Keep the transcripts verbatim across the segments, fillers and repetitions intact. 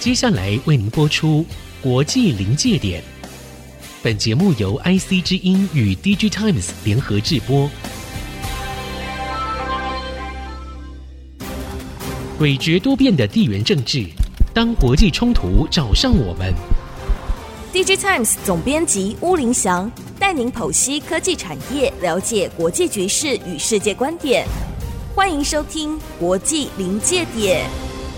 接下来为您播出国际临界点。本节目由 I C 之音与 D G Times 联合制播。诡谲多变的地缘政治，当国际冲突找上我们。 D G Times 总编辑巫凌翔带您剖析科技产业，了解国际局势与世界观点。欢迎收听国际临界点。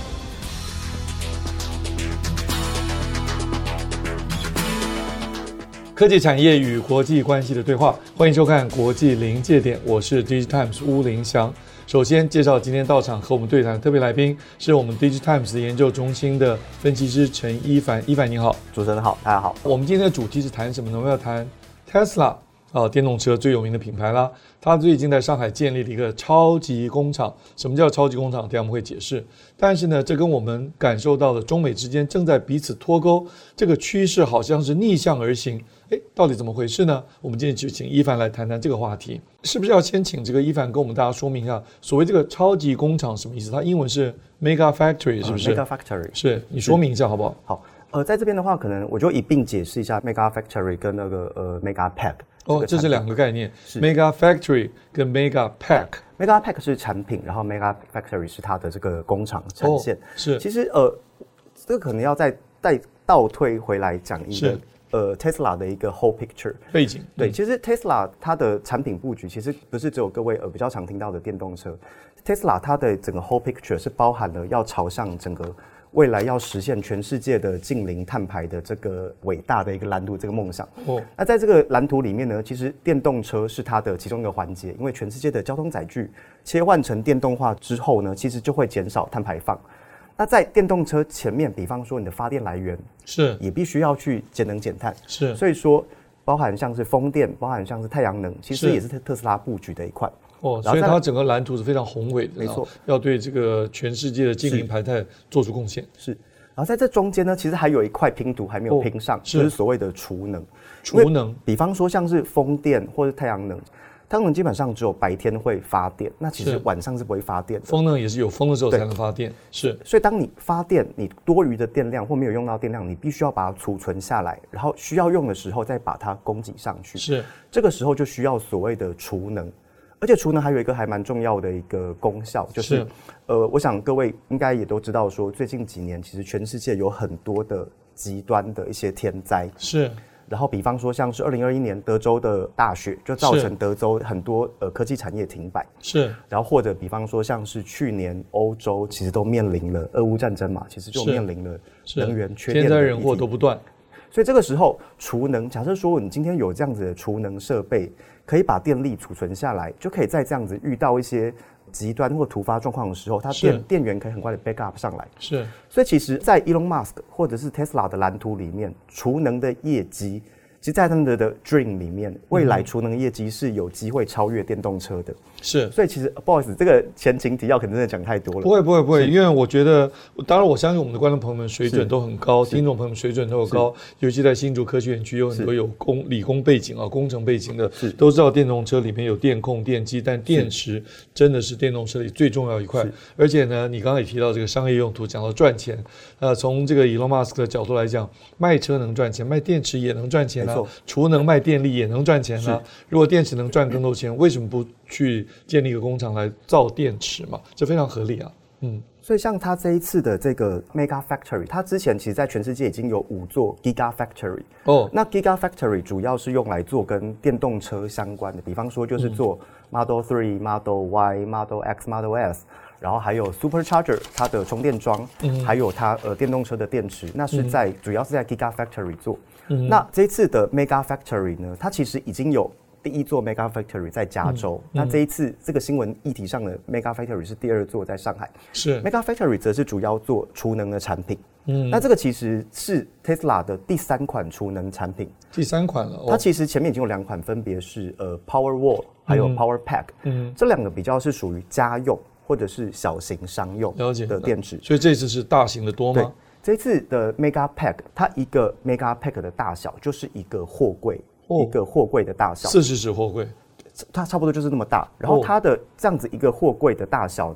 科技产业与国际关系的对话，欢迎收看国际临界点，我是 D G Times 巫凌翔。首先介绍今天到场和我们对谈的特别来宾，是我们 D G Times 研究中心的分析师陈一凡。一凡你好。 主持人好，大家好。 我们今天的主题是谈什么呢？我们要谈 Tesla 啊，电动车最有名的品牌啦。它最近在上海建立了一个超级工厂。什么叫超级工厂？等一下我们会解释。但是呢，这跟我们感受到的中美之间正在彼此脱钩，这个趋势好像是逆向而行。哎，到底怎么回事呢？我们今天就请一凡来谈谈这个话题。是不是要先请这个一凡跟我们大家说明一下，所谓这个超级工厂什么意思？它英文是 Mega Factory， 是不是、 uh, Mega Factory 是你说明一下好不好？ 好，呃，在这边的话，可能我就一并解释一下 Mega Factory 跟那个呃 Mega Pack。 哦，这是两个概念 ，Mega Factory 跟 Mega Pack。Mega Pack 是产品，然后 Mega Factory 是它的这个工厂呈现。 哦、是， 其实呃，这个可能要再再倒推回来讲一个呃 Tesla 的一个 whole picture 背景。 对， 嗯、 其实 Tesla 它的产品布局其实不是只有各位呃比较常听到的电动车 ，Tesla 它的整个 whole picture 是包含了要朝向整个未来要实现全世界的净零碳排的这个伟大的一个蓝图，这个梦想。哦，那在这个蓝图里面呢，其实电动车是它的其中一个环节，因为全世界的交通载具切换成电动化之后呢，其实就会减少碳排放。那在电动车前面，比方说你的发电来源是也必须要去节能减碳， 是， 所以说包含像是风电，包含像是太阳能，其实也是特斯拉布局的一块。 哦，所以它整个蓝图是非常宏伟的， 没错， 要对这个全世界的净零排碳做出贡献。 是，然后在这中间呢，其实还有一块拼图还没有拼上，哦、是就是所谓的储能。 储能， 比方说像是风电或是太阳能，太阳能基本上只有白天会发电，那其实晚上是不会发电的。 风能也是有风的时候才能发电，是。 所以当你发电，你多余的电量或没有用到电量，你必须要把它储存下来，然后需要用的时候再把它供给上去。 是， 这个时候就需要所谓的储能。而且储能还有一个还蛮重要的一个功效，就是，是呃，我想各位应该也都知道说，最近几年其实全世界有很多的极端的一些天灾， 是。 然后比方说像是二零二一年德州的大雪，就造成德州很多呃科技产业停摆， 是。 然后或者比方说像是去年欧洲其实都面临了俄乌战争嘛，其实就面临了能源缺电的天灾人祸都不断。 所以这个时候储能，假设说你今天有这样子的储能设备，可以把电力储存下来，就可以在这样子遇到一些极端或突发状况的时候，它电电源可以很快的 back up 上来。 是， 所以其实，在 Elon Musk 或者是 Tesla 的蓝图里面，储能的业绩，其实在他们的 dream 里面，未来储能业绩是有机会超越电动车的。 是， 所以其实不好意思，这个前情提要可能真的讲太多了。 不会不会不会，因为我觉得，当然我相信我们的观众朋友们水准都很高，听众朋友们水准都很高，尤其在新竹科学园区有很多有工理工背景啊、工程背景的，都知道电动车里面有电控、电机，但电池真的是电动车里最重要一块。而且呢，你刚刚也提到这个商业用途，讲到赚钱，呃，从这个 Elon Musk 的角度来讲，卖车能赚钱，卖电池也能赚钱啊，储能卖电力也能赚钱啊。如果电池能赚更多钱，为什么不去建立一个工厂来造电池嘛？这非常合理啊。嗯， 所以像他这一次的这个 Mega Factory， 他之前其实在全世界已经有五座 Giga Factory。哦，那 Giga Factory 主要是用来做跟电动车相关的，比方说就是做 Model 三、Model Y、Model X、Model S， 然后还有 Supercharger 它的充电桩，嗯、还有它呃电动车的电池，那是在、嗯、主要是在 Giga Factory 做。嗯、那这一次的 Mega Factory 呢，它其实已经有第一座 Mega Factory 在加州，嗯、那这一次这个新闻议题上的 Mega Factory 是第二座在上海。 是 Mega Factory 则是主要做储能的产品。嗯，那这个其实是 Tesla 的第三款储能产品。 第三款了，哦、 它其实前面已经有两款，分别是呃 Powerwall 还有 Power Pack。嗯，这两个比较是属于家用或者是小型商用的电池。 所以这次是大型的多吗？ 对，这次的 Mega Pack， 它一个 Mega Pack 的大小就是一个货柜。一个货柜的大小， 四十尺货柜， 它差不多就是那么大。然后它的这样子一个货柜的大小呢，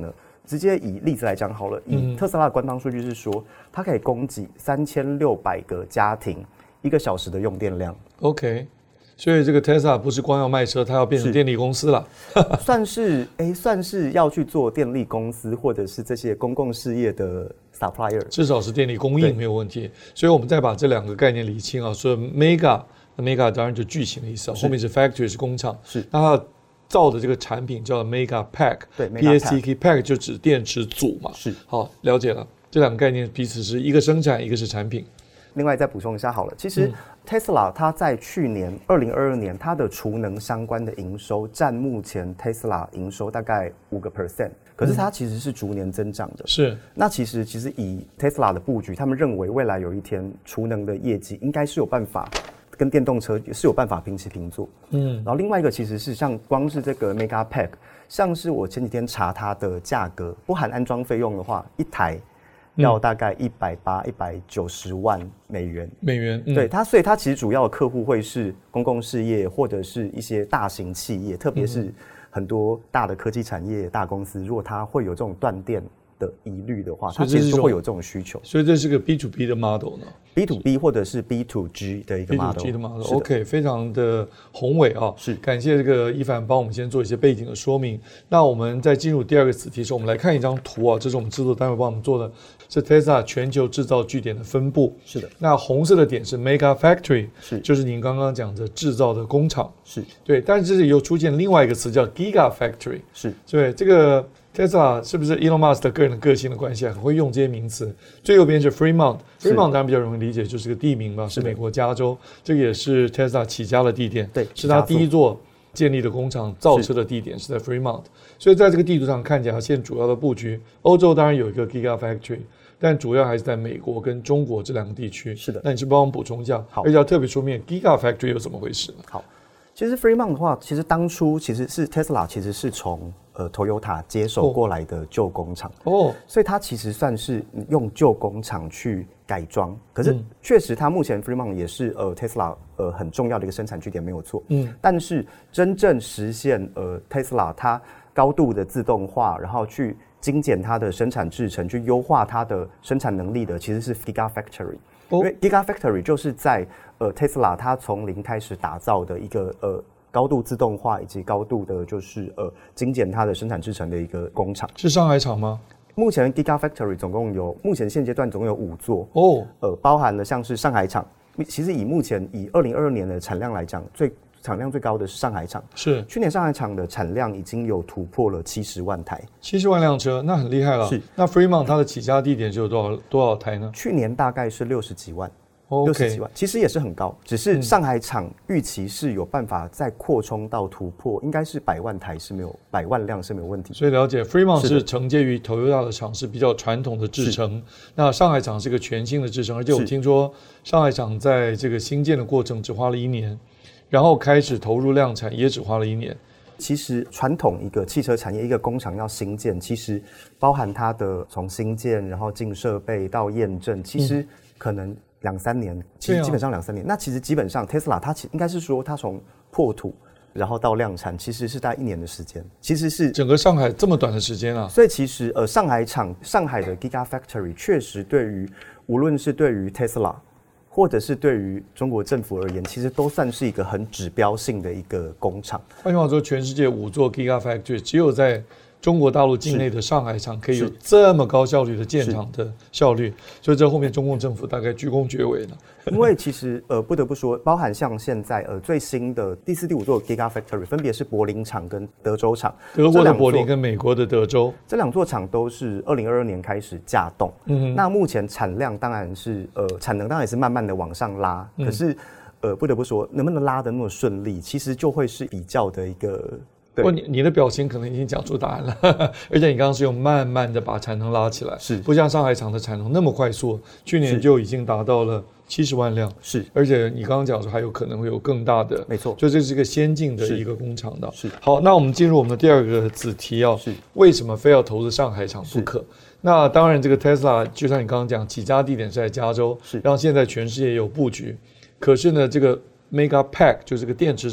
直接以例子来讲好了，以特斯拉的官方数据是说，它可以供给三千六百个家庭一个小时的用电量。 OK， 所以这个 Tesla 不是光要卖车，它要变成电力公司了， 算是哎，算是要去做电力公司或者是这些公共事业的 supplier， 至少是电力供应没有问题。所以我们再把这两个概念理清啊，说 mega， 那 mega 当然就巨型的意思，后面是 factory 是工厂， 是那它造的这个产品叫 mega pack， 对 ，P A C K pack 就指电池组嘛， 是。 好，了解了，这两个概念彼此是一个生产，一个是产品。 另外再补充一下好了，其实 Tesla 它在去年二零二二年它的储能相关的营收占目前 Tesla 营收大概五个 percent， 可是它其实是逐年增长的。 是， 那其实其实以 Tesla 的布局，他们认为未来有一天储能的业绩应该是有办法跟电动车是有办法平起平坐。嗯，然后另外一个其实是像光是这个 Mega Pack， 像是我前几天查它的价格，不含安装费用的话，一台要大概一百八、一百九十万美元。 美元， 嗯、对它，所以它其实主要的客户会是公共事业或者是一些大型企业，特别是很多大的科技产业、大公司，如果它会有这种断电的疑虑的话，它其实就会有这种需求。 所以这是个 B to B 的 model 呢 ，B to B 或者是 B to G 的一个 model。B to G 的 model，OK， 非常的宏伟啊。 是， 感谢这个一凡帮我们先做一些背景的说明。那我们在进入第二个子题的时候，我们来看一张图啊，这是我们制作单位帮我们做的，是 Tesla 全球制造据点的分布。 是的。那红色的点是 Mega Factory， 是， 就是您刚刚讲的制造的工厂。 是对，但是这里又出现另外一个词叫 Giga Factory。 是， 对这个。Tesla 是不是 Elon Musk 的个人的个性的关系啊？很会用这些名词。最右边是 Fremont，Fremont 当然比较容易理解，就是个地名嘛，是美国加州，这个也是 Tesla 起家的地点， 对， 是他第一座建立的工厂造车的地点是在 Fremont。所以在这个地图上看起来，现在主要的布局，欧洲当然有一个 Giga Factory， 但主要还是在美国跟中国这两个地区。 是的， 那你是帮我们补充一下， 好， 而且要特别说明 Giga Factory 有怎么回事呢？ 好。其实 Fremont 的话，其实当初其实是 Tesla 其实是从呃 Toyota 接手过来的旧工厂哦，所以它其实算是用旧工厂去改装。可是确实，它目前 Fremont 也是呃 Tesla 呃很重要的一个生产据点，没有错。嗯，但是真正实现呃 Tesla 它高度的自动化，然后去精简它的生产制程，去优化它的生产能力的，其实是 Giga Factory。因为 Giga Factory 就是在呃 Tesla 它从零开始打造的一个呃高度自动化以及高度的就是呃精简它的生产制程的一个工厂。 是上海厂吗？ 目前 Giga Factory 总共有，目前现阶段总共有五座哦，呃包含了像是上海厂，其实以目前以二零二二年的产量来讲，最产量最高的是上海厂， 是去年上海厂的产量已经有突破了七十万台， 七十万辆车，那很厉害了。 是， 那 Fremont 它的起家地点是有多少多少台呢？ 去年大概是六十几万， 六十几万，其实也是很高，只是上海厂预期是有办法再扩充到突破，应该是百万台是没有，百万辆是没有问题。 所以了解 ，Fremont 是承接于 Toyota 的厂，是比较传统的制程。那上海厂是个全新的制程，而且我听说上海厂在这个新建的过程只花了一年。然后开始投入量产，也只花了一年。 其实传统一个汽车产业，一个工厂要新建，其实包含它的从新建，然后进设备到验证，其实可能两三年，嗯、其实基本上两三年。啊、那其实基本上 Tesla 它其应该是说，它从破土然后到量产，其实是大概一年的时间。其实是整个上海这么短的时间啊。 所以其实呃，上海厂上海的 Giga Factory 确实对于无论是对于 Tesla。或者是对于中国政府而言，其实都算是一个很指标性的一个工厂。 换句话说，全世界五座 Giga Factory 只有在中国大陆境内的上海厂可以有这么高效率的建厂的效率，所以这后面中共政府大概居功厥伟了。 因为其实呃不得不说，包含像现在呃最新的第四、第五座 Giga Factory， 分别是柏林厂跟德州厂。 德国的柏林跟美国的德州， 这两座厂都是二零二二年开始架动。嗯，那目前产量当然是呃产能当然也是慢慢的往上拉，嗯、可是呃不得不说，能不能拉得那么顺利，其实就会是比较的一个。 不，你你的表情可能已经讲出答案了，呵呵，而且你刚刚是用慢慢的把产能拉起来， 是不像上海厂的产能那么快速，去年就已经达到了七十万辆， 是， 而且你刚刚讲说还有可能会有更大的， 没错， 所以这是一个先进的一个工厂的。 是， 好，那我们进入我们的第二个子题哦， 是为什么非要投资上海厂不可？那当然，这个 Tesla 就像你刚刚讲，起家地点是在加州， 是， 然后现在全世界也有布局，可是呢，这个 Mega Pack 就是个电池厂。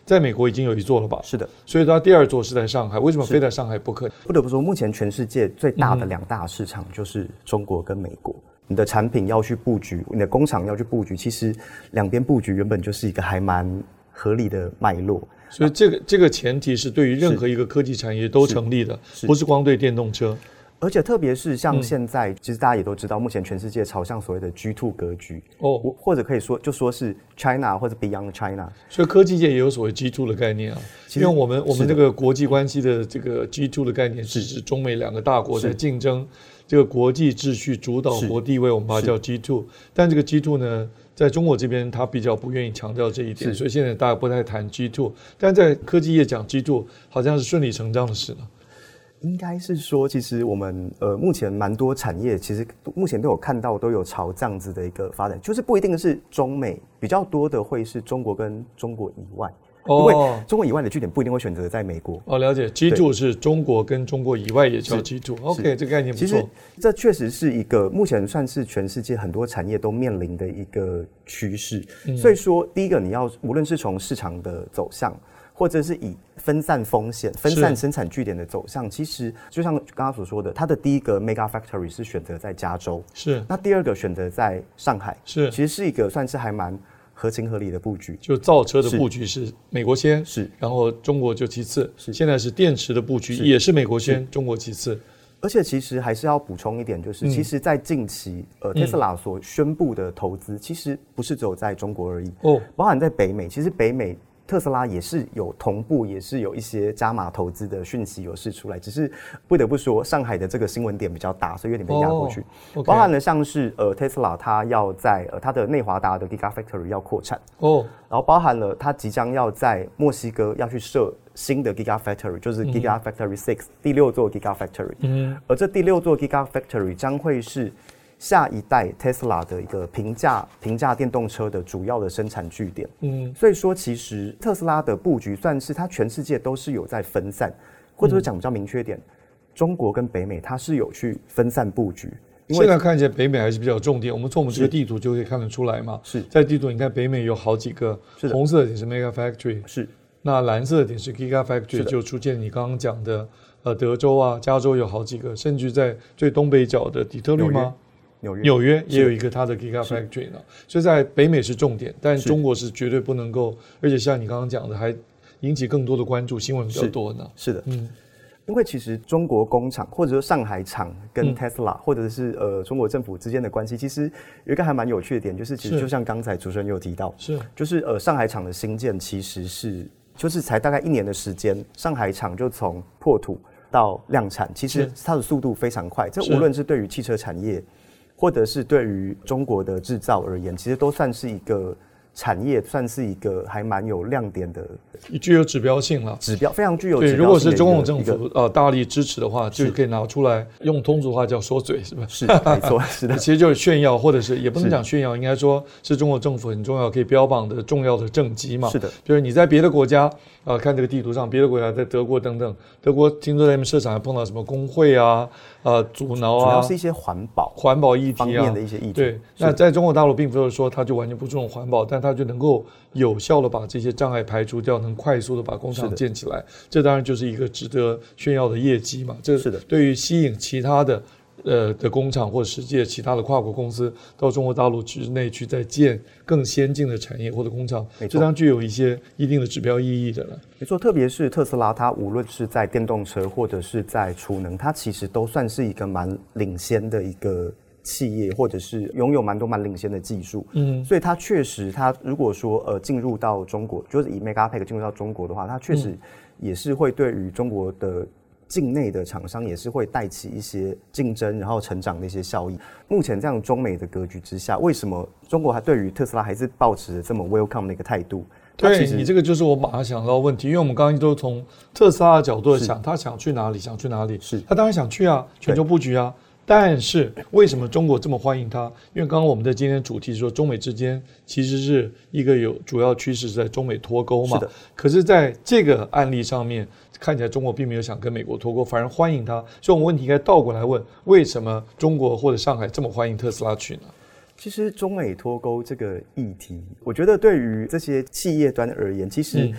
在美国已经有一座了吧？ 是的， 所以它第二座是在上海。为什么非在上海不可？ 不得不说，目前全世界最大的两大市场就是中国跟美国。嗯，你的产品要去布局，你的工厂要去布局，其实两边布局原本就是一个还蛮合理的脉络。 所以这个这个前提是对于任何一个科技产业都成立的，是不是光对电动车？ 而且特别是像现在，嗯、其实大家也都知道，目前全世界朝向所谓的 G 二 格局，哦，或者可以说就说是 China 或者 Beyond China。 所以科技界也有所谓 G 二 的概念啊。因为我们我们这个国际关系的这个 G 二 的概念是指中美两个大国在竞争这个国际秩序主导国地位，我们把它叫 G 二。但这个 G 二 呢，在中国这边他比较不愿意强调这一点，所以现在大家不太谈 G 二。但在科技业讲 G 二，好像是顺理成章的事呢。 应该是说，其实我们呃目前蛮多产业，其实目前都有看到都有朝这样子的一个发展，就是不一定是中美，比较多的会是中国跟中国以外。哦，因为中国以外的据点不一定会选择在美国。 哦，了解。G 二 是中国跟中国以外也叫 G 二。OK， 这个概念不错。 其实这确实是一个目前算是全世界很多产业都面临的一个趋势。嗯、所以说，第一个你要无论是从市场的走向，或者是以分散风险、分散生产据点的走向，其实就像刚刚所说的，它的第一个 mega factory 是选择在加州， 是。 那第二个选择在上海， 是。 其实是一个算是还蛮合情合理的布局。 就造车的布局是美国先， 是， 然后中国就其次。是。现在是电池的布局也是美国先，中国其次。 而且其实还是要补充一点，就是、嗯、其实在近期，呃 ，Tesla 所宣布的投资，其实不是只有在中国而已，哦，包含在北美，其实北美。特斯拉也是有同步，也是有一些加码投资的讯息有释出来，只是不得不说，上海的这个新闻点比较大，所以有点被压过去。Oh, okay. 包含了像是呃特斯拉，它要在呃它的内华达的 Gigafactory 要扩产哦， oh. 然后包含了它即将要在墨西哥要去设新的 Gigafactory， 就是 Gigafactory six、嗯、第六座 Gigafactory， 嗯，而这第六座 Gigafactory 将会是下一代 Tesla 的一个平价平价电动车的主要的生产据点，嗯，所以说其实特斯拉的布局算是它全世界都是有在分散，或者说讲比较明确一点，嗯、中国跟北美它是有去分散布局。 现在看起来北美还是比较重点，我们从我们这个地图就可以看得出来嘛。是在地图你看北美有好几个，红色的点是 Mega Factory， 是，那蓝色的点是 Giga Factory， 就出现你刚刚讲的呃德州啊、加州有好几个，甚至在最东北角的底特律吗？纽约, 纽约也有一个它的 Giga Factory 呢，所以在北美是重点，但中国是绝对不能够，而且像你刚刚讲的，还引起更多的关注，新闻比较多呢。 是, 是的，嗯，因为其实中国工厂或者说上海厂跟 Tesla、嗯、或者是呃中国政府之间的关系，其实有一个还蛮有趣的点，就是其实就像刚才主持人有提到，是就是呃上海厂的新建其实是就是才大概一年的时间，上海厂就从破土到量产，其实它的速度非常快，这无论是对于汽车产业。或者是对于中国的制造而言，其实都算是一个产业，算是一个还蛮有亮点的， 具有指标性了。 指标非常具有指标性。 对，如果是中共政府呃大力支持的话，就可以拿出来用通俗话叫说嘴，是吧？ 是，没错，是的。 其实就是炫耀，或者是也不能讲炫耀，应该说是中国政府很重要可以标榜的重要的政绩嘛。 是的， 就是你在别的国家啊、呃，看这个地图上，别的国家在德国等等，德国听说在他们市场还碰到什么工会啊。呃，阻挠啊， 主要是一些环保、 环保议题方面的一些议题。 对，那在中国大陆并不是说它就完全不注重环保，但它就能够有效的把这些障碍排除掉，能快速的把工厂建起来。这当然就是一个值得炫耀的业绩嘛。这是的， 对于吸引其他的呃的工厂或者世界其他的跨国公司到中国大陆之内去再建更先进的产业或者工厂，这当然具有一些一定的指标意义的了。 没错，特别是特斯拉，它无论是在电动车或者是在储能，它其实都算是一个蛮领先的一个企业，或者是拥有蛮多蛮领先的技术。嗯，所以它确实，它如果说呃进入到中国，就是以 Megapack 进入到中国的话，它确实也是会对于中国的境内的厂商也是会带起一些竞争，然后成长的一些效益。目前这样中美的格局之下，为什么中国还对于特斯拉还是抱持这么 welcome 的一个态度？ 对，你这个就是我马上想到的问题，因为我们刚刚都从特斯拉的角度想，他想去哪里，想去哪里，是他当然想去啊，全球布局啊。但是为什么中国这么欢迎他？因为刚刚我们的今天的主题说，中美之间其实是一个有主要趋势是在中美脱钩嘛。是的。可是在这个案例上面，看起来中国并没有想跟美国脱钩，反而欢迎他。所以我们问题应该倒过来问：为什么中国或者上海这么欢迎特斯拉去呢？ 其实中美脱钩这个议题，我觉得对于这些企业端而言，其实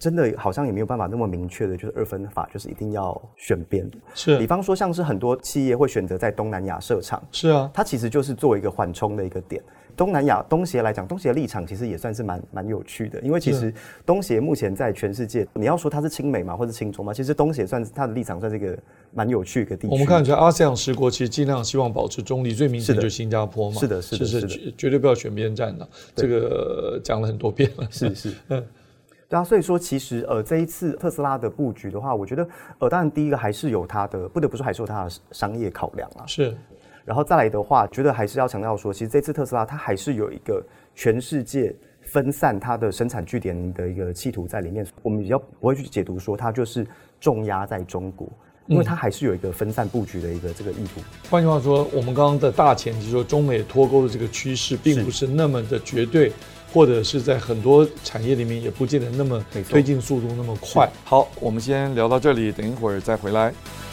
真的好像也没有办法那么明确的，就是二分法就是一定要选边。 是， 比方说像是很多企业会选择在东南亚设厂， 是啊， 它其实就是作为一个缓冲的一个点。东南亚东协来讲，东协的立场其实也算是蛮蛮有趣的，因为其实东协目前在全世界，你要说它是亲美嘛，或是亲中嘛，其实东协算是它的立场算是一个蛮有趣的一个地区。 我们看起来，阿斯亚十国其实尽量希望保持中立，最明显就是新加坡嘛， 是的，是的， 是是绝对不要选边站的，这个讲了很多遍了， 是是，嗯。对啊，所以说其实呃这一次特斯拉的布局的话，我觉得呃当然第一个还是有它的，不得不说还是有它的商业考量啊。 是。 然后再来的话，觉得还是要强调说，其实这次特斯拉它还是有一个全世界分散它的生产据点的一个企图在里面。我们比较不会去解读说它就是重压在中国，因为它还是有一个分散布局的一个这个意图。 换句话说，我们刚刚的大前提说，中美脱钩的这个趋势并不是那么的绝对，或者是在很多产业里面也不见得那么推进速度那么快。好，我们先聊到这里，等一会儿再回来。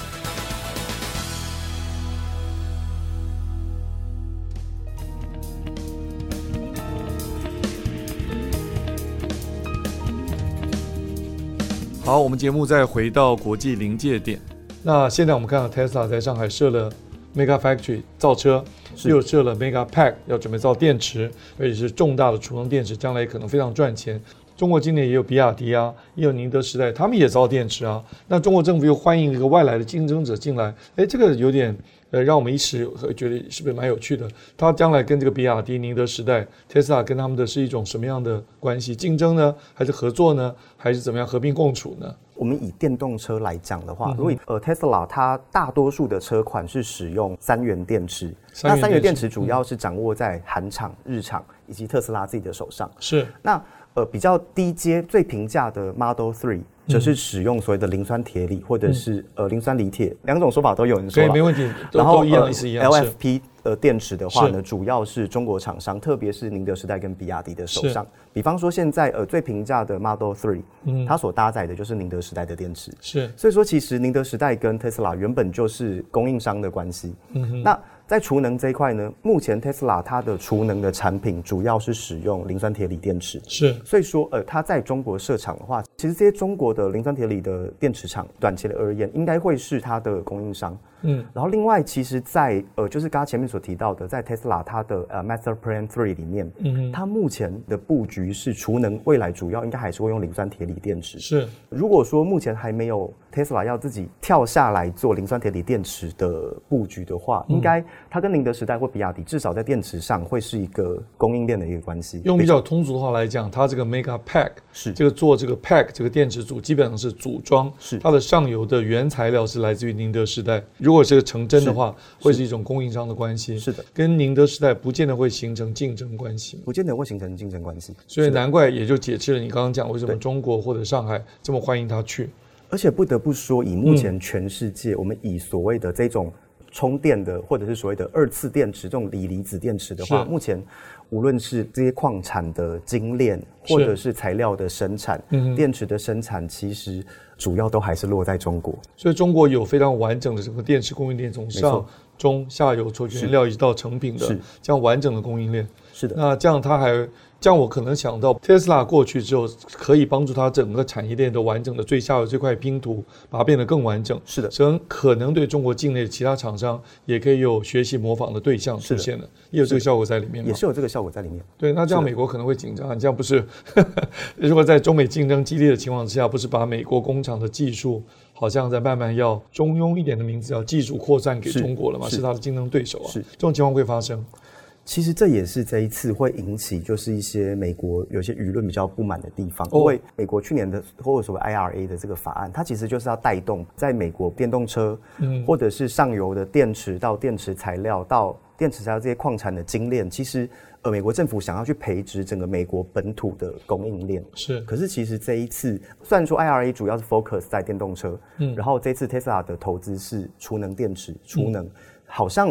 好，我们节目再回到国际临界点。那现在我们看到 Tesla 在上海设了 Mega Factory 造车，又设了 Mega Pack 要准备造电池，而且是重大的储能电池，将来也可能非常赚钱。中国今年也有比亚迪啊，也有宁德时代，他们也造电池啊。那中国政府又欢迎一个外来的竞争者进来，哎，这个有点呃，让我们一时觉得是不是蛮有趣的？他将来跟这个比亚迪、宁德时代、Tesla 跟他们的是一种什么样的关系？竞争呢，还是合作呢，还是怎么样和平共处呢？ 我们以电动车来讲的话，嗯、如果呃 Tesla 它大多数的车款是使用三元电池，那三元电池主要是掌握在韩厂、日厂以及特斯拉自己的手上。 是那呃比较低阶、最平价的 Model 三。则是使用所谓的磷酸铁锂或者是、嗯、呃磷酸锂铁，两种说法都有人说了， 对，没问题， 然后都一样，意思一样。 L F P 呃电池的话呢，主要是中国厂商，特别是宁德时代跟比亚迪的手上。比方说现在呃最平价的 Model 三，嗯，它所搭载的就是宁德时代的电池。 是， 所以说其实宁德时代跟 Tesla 原本就是供应商的关系。嗯哼，那在储能这一块呢，目前 Tesla 它的储能的产品主要是使用磷酸铁锂电池。 是， 所以说呃它在中国设厂的话，其实这些中国的磷酸铁锂的电池厂，短期的而言，应该会是它的供应商。嗯，然后另外，其实在，在呃，就是刚刚前面所提到的，在 Tesla 它的呃 Master Plan 三里面，嗯，它目前的布局是储能，未来主要应该还是会用磷酸铁锂电池。 是， 如果说目前还没有 Tesla 要自己跳下来做磷酸铁锂电池的布局的话，嗯、应该它跟宁德时代或比亚迪至少在电池上会是一个供应链的一个关系。 用比较通俗的话来讲，它这个 Mega Pack 是这个做这个 Pack 这个电池组基本上是组装， 是它的上游的原材料是来自于宁德时代。如果这个成真的话，会是一种供应商的关系。 是的， 跟宁德时代不见得会形成竞争关系， 不见得会形成竞争关系。 所以难怪也就解释了你刚刚讲为什么中国或者上海这么欢迎他去。 而且不得不说，以目前全世界，嗯、我们以所谓的这种充电的，或者是所谓的二次电池这种锂离子电池的话，目前无论是这些矿产的精炼，或者是材料的生产，嗯、电池的生产，其实主要都还是落在中国。 所以中国有非常完整的整个电池供应链，从上中下游从原料一直到成品的这样完整的供应链。 是的， 那这样它还这样我可能想到 Tesla 过去之后可以帮助它整个产业链的完整的最下游这块拼图把它变得更完整。 是的， 所以可能对中国境内的其他厂商也可以有学习模仿的对象出现了，也有这个效果在里面吗？ 也是有这个效果在里面。 对，那这样美国可能会紧张，这样不是如果在中美竞争激烈的情况之下，不是把美国工厂的技术好像在慢慢要中庸一点的名字叫技术扩散给中国了嘛？ 是, 是它的竞争对手啊。是这种情况会发生。 其实这也是这一次会引起就是一些美国有些舆论比较不满的地方，因为美国去年的或者所谓 I R A 的这个法案，它其实就是要带动在美国电动车，嗯，或者是上游的电池到电池材料到电池材料这些矿产的精炼，其实呃美国政府想要去培植整个美国本土的供应链。 是， 可是其实这一次虽然说 I R A 主要是 focus 在电动车，嗯，然后这次 Tesla 的投资是储能电池，储能，嗯，好像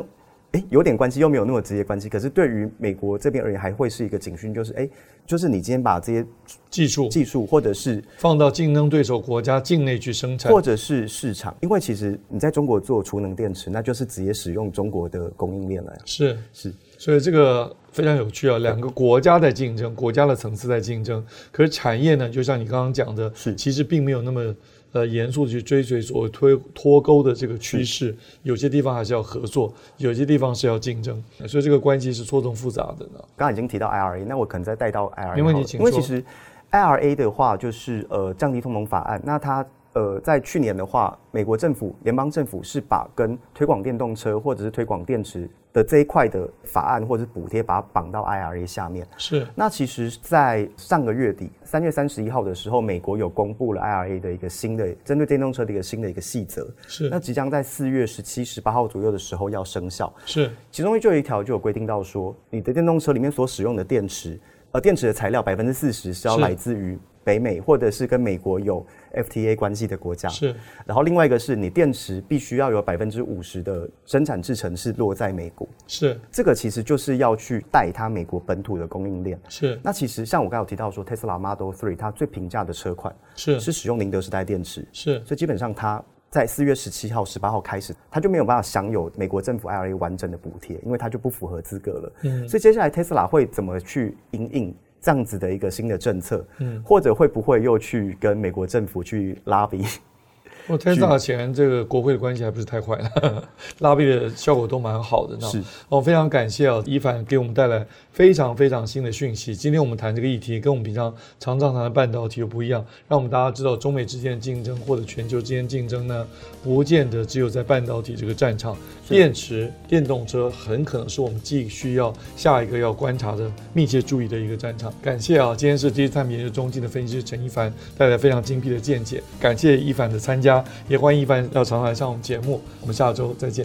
哎，有点关系，又没有那么直接关系。可是对于美国这边而言，还会是一个警讯，就是哎，就是你今天把这些技术、 技术，或者是放到竞争对手国家境内去生产， 或者是市场，因为其实你在中国做储能电池，那就是直接使用中国的供应链来。 是是， 所以这个非常有趣啊，两个国家在竞争，国家的层次在竞争，可是产业呢，就像你刚刚讲的， 是其实并没有那么。呃，严肃的去追随所谓脱脱钩的这个趋势，有些地方还是要合作，有些地方是要竞争，所以这个关系是错综复杂的呢。 刚刚已经提到 I R A， 那我可能再带到 I R A， 没问题，请说。 因为其实 I R A 的话，就是呃降低通膨法案，那它呃在去年的话，美国政府联邦政府是把跟推广电动车或者是推广电池的这一块的法案或者是补贴，把它绑到 I R A 下面。 是。 那其实，在上个月底，三月三十一号的时候，美国有公布了 I R A 的一个新的针对电动车的一个新的一个细则。 是。 那即将在四月十七、十八号左右的时候要生效。 是。其中就有一条就有规定到说，你的电动车里面所使用的电池，呃，电池的材料百分之四十是要来自于北美或者是跟美国有 F T A 关系的国家。 是。 然后另外一个是你电池必须要有百分之五十的生产制程是落在美国。 是。 这个其实就是要去带它美国本土的供应链。 是。 那其实像我刚才有提到说 Tesla Model 三它最平价的车款是是使用宁德时代电池。 是。 所以基本上它在四月十七号、十八号开始，它就没有办法享有美国政府 I R A 完整的补贴，因为它就不符合资格了。嗯。所以接下来 Tesla 会怎么去因应这样子的一个新的政策，嗯，或者会不会又去跟美国政府去拉比？ 我 Tesla 前这个国会的关系还不是太坏了，拉比的效果都蛮好的呢。 是， 我、哦、非常感谢啊，伊凡给我们带来非常非常新的讯息。今天我们谈这个议题，跟我们平常常常谈的半导体又不一样，让我们大家知道中美之间的竞争或者全球之间的竞争呢，不见得只有在半导体这个战场，电池、电动车很可能是我们继续要下一个要观察的、密切注意的一个战场。感谢啊，今天是 Digitimes 研究中心的分析师陈伊凡带来非常精辟的见解，感谢伊凡的参加。也欢迎伊凡要常常来上我们节目，我们下周再见。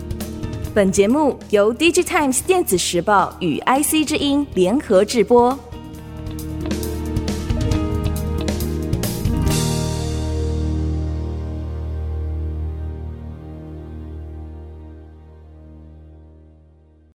本节目由 Digitimes 电子时报与 I C 之音联合制播。